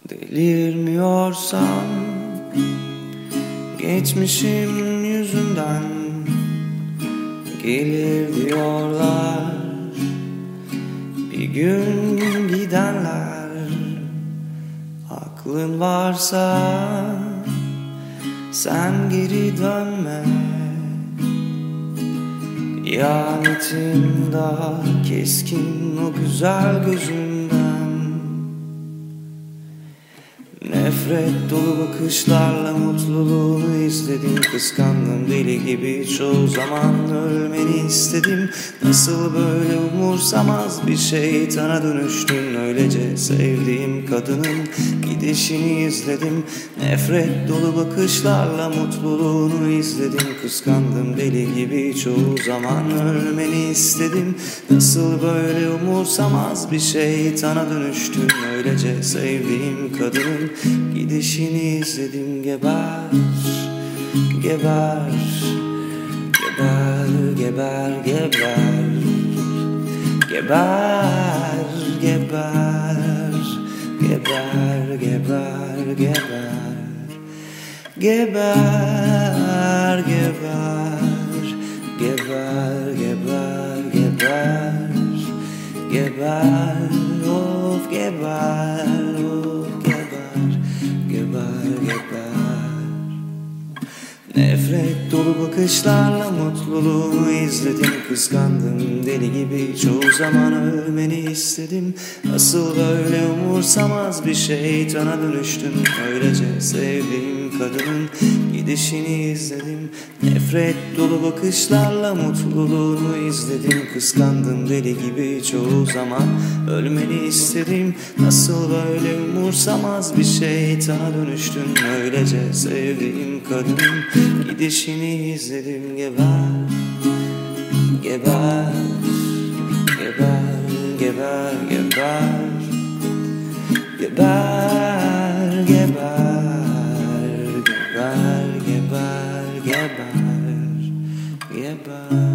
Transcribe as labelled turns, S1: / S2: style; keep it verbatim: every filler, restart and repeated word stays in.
S1: Delirmiyorsam geçmişim yüzünden gelir diyorlar bir gün gidenler. Aklın varsa sen geri dönme, ihanetin daha keskin o güzel gözünden. Nefret dolu bakışlarla mutluluğunu izledim, kıskandım deli gibi, çoğu zaman ölmeni istedim. Nasıl böyle umursamaz bir şeytana dönüştün, öylece sevdiğim kadının gidişini izledim. Nefret dolu bakışlarla mutluluğunu izledim, kıskandım deli gibi, çoğu zaman ölmeni istedim. Nasıl böyle umursamaz bir şeytana dönüştün, öylece sevdiğim kadının gidişini izledim. Geber, geber, geber, geber, geber, geber, geber, geber, geber, geber, geber, geber, geber, geber, geber, geber, of geber, of geber, geber, geber. Nefret dolu bakışlarla mutluluğunu izledim, kıskandım deli gibi, çoğu zaman ölmeni istedim. Nasıl böyle umursamaz bir şeytana dönüştün, öylece sevdiğim kadının gidişini izledim. Nefret dolu bakışlarla mutluluğunu izledim, kıskandım deli gibi, çoğu zaman ölmeni istedim. Nasıl böyle umursamaz bir şeytana dönüştün, öylece sevdiğim kadının gidişini izledim. Geber, geber, geber, geber, geber, geber, geber, geber, geber, geber, geber.